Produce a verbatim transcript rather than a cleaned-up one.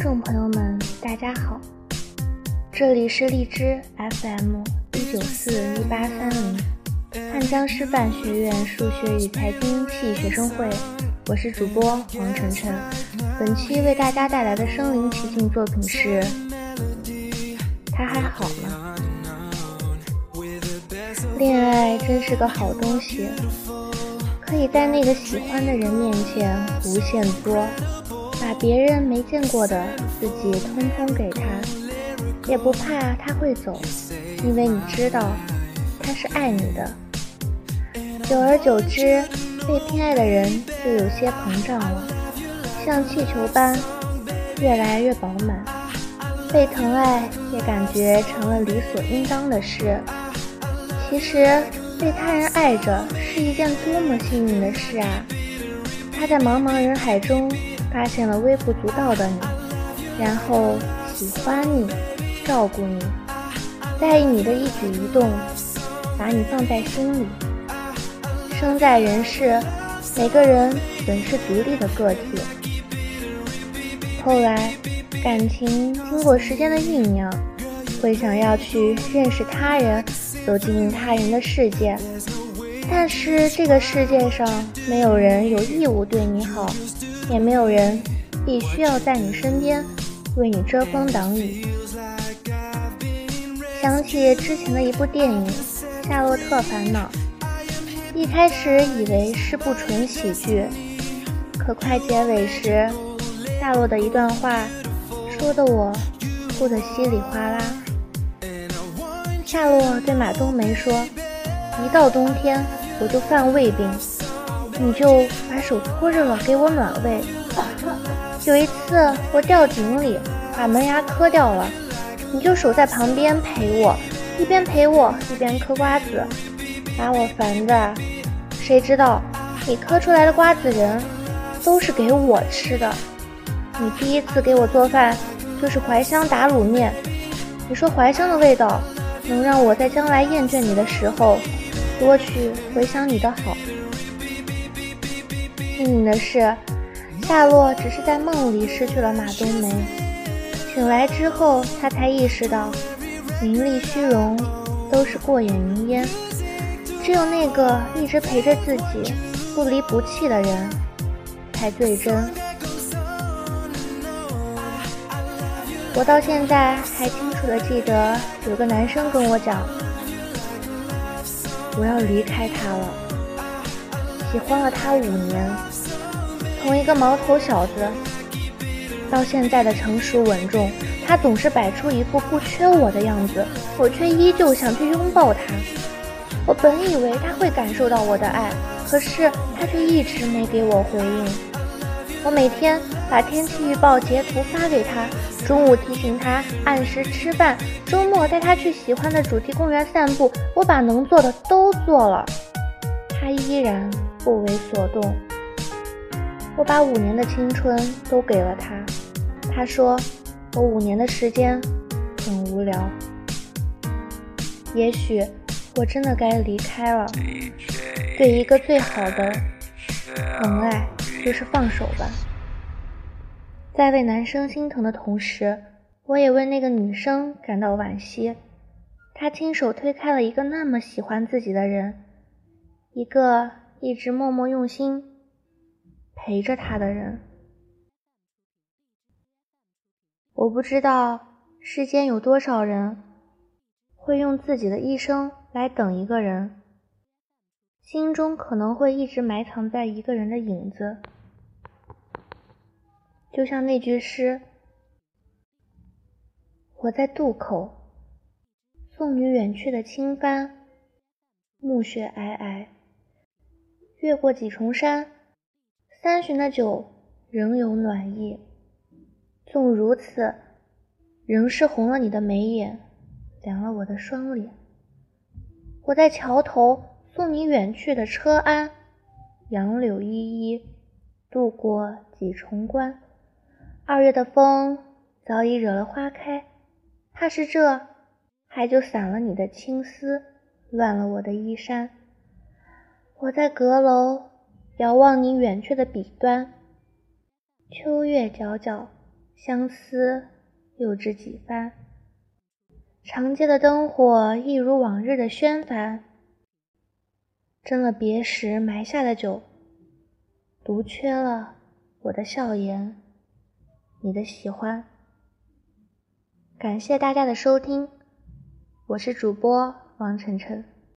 众朋友们大家好，这里是荔枝 F M 一九四一八三零汉江师范学院数学与财经系学生会，我是主播黄晨晨。本期为大家带来的身临其境作品是他还好吗？恋爱真是个好东西，可以在那个喜欢的人面前无限作，把别人没见过的自己通通给他，也不怕他会走，因为你知道他是爱你的。久而久之，被偏爱的人就有些膨胀了，像气球般越来越饱满，被疼爱也感觉成了理所应当的事。其实被他人爱着是一件多么幸运的事啊！他在茫茫人海中发现了微不足道的你，然后喜欢你，照顾你，在意你的一举一动，把你放在心里。生在人世，每个人本是独立的个体。后来感情经过时间的酝酿，会想要去认识他人，走进他人的世界，但是这个世界上没有人有义务对你好，也没有人必须要在你身边为你遮风挡雨。想起之前的一部电影《夏洛特烦恼》，一开始以为是部纯喜剧，可快结尾时，夏洛的一段话说得我哭得稀里哗啦。夏洛对马冬梅说，一到冬天我就犯胃病，你就把手托着了给我暖胃。有一次我掉井里把门牙磕掉了，你就守在旁边陪我，一边陪我一边嗑瓜子，把我烦的。谁知道你嗑出来的瓜子仁都是给我吃的。你第一次给我做饭就是怀香打卤面，你说怀香的味道能让我在将来厌倦你的时候多去回想你的好。幸运的是，夏洛只是在梦里失去了马冬梅，醒来之后他才意识到名利虚荣都是过眼云烟，只有那个一直陪着自己不离不弃的人才最真。我到现在还清楚地记得有个男生跟我讲，我要离开他了，喜欢了他五年，从一个毛头小子到现在的成熟稳重，他总是摆出一副不缺我的样子，我却依旧想去拥抱他。我本以为他会感受到我的爱，可是他却一直没给我回应。我每天把天气预报截图发给他，中午提醒他按时吃饭，周末带他去喜欢的主题公园散步，我把能做的都做了，他依然不为所动。我把五年的青春都给了他，他说我五年的时间很无聊。也许我真的该离开了，对一个最好的疼爱就是放手吧。在为男生心疼的同时，我也为那个女生感到惋惜。她亲手推开了一个那么喜欢自己的人，一个一直默默用心陪着她的人。我不知道世间有多少人会用自己的一生来等一个人，心中可能会一直埋藏在一个人的影子。就像那句诗，我在渡口，送你远去的轻帆，暮雪皑皑，越过几重山，三巡的酒仍有暖意。纵如此，仍是红了你的眉眼，凉了我的双脸。我在桥头送你远去的车鞍，杨柳依依，渡过几重关。二月的风早已惹了花开，怕是这还就散了你的青丝，乱了我的衣衫。我在阁楼遥望你远去的彼端，秋月皎皎， 相思又知几番。长街的灯火一如往日的喧繁，斟了别时埋下的酒，独缺了我的笑颜，你的喜欢。感谢大家的收听，我是主播王晨晨。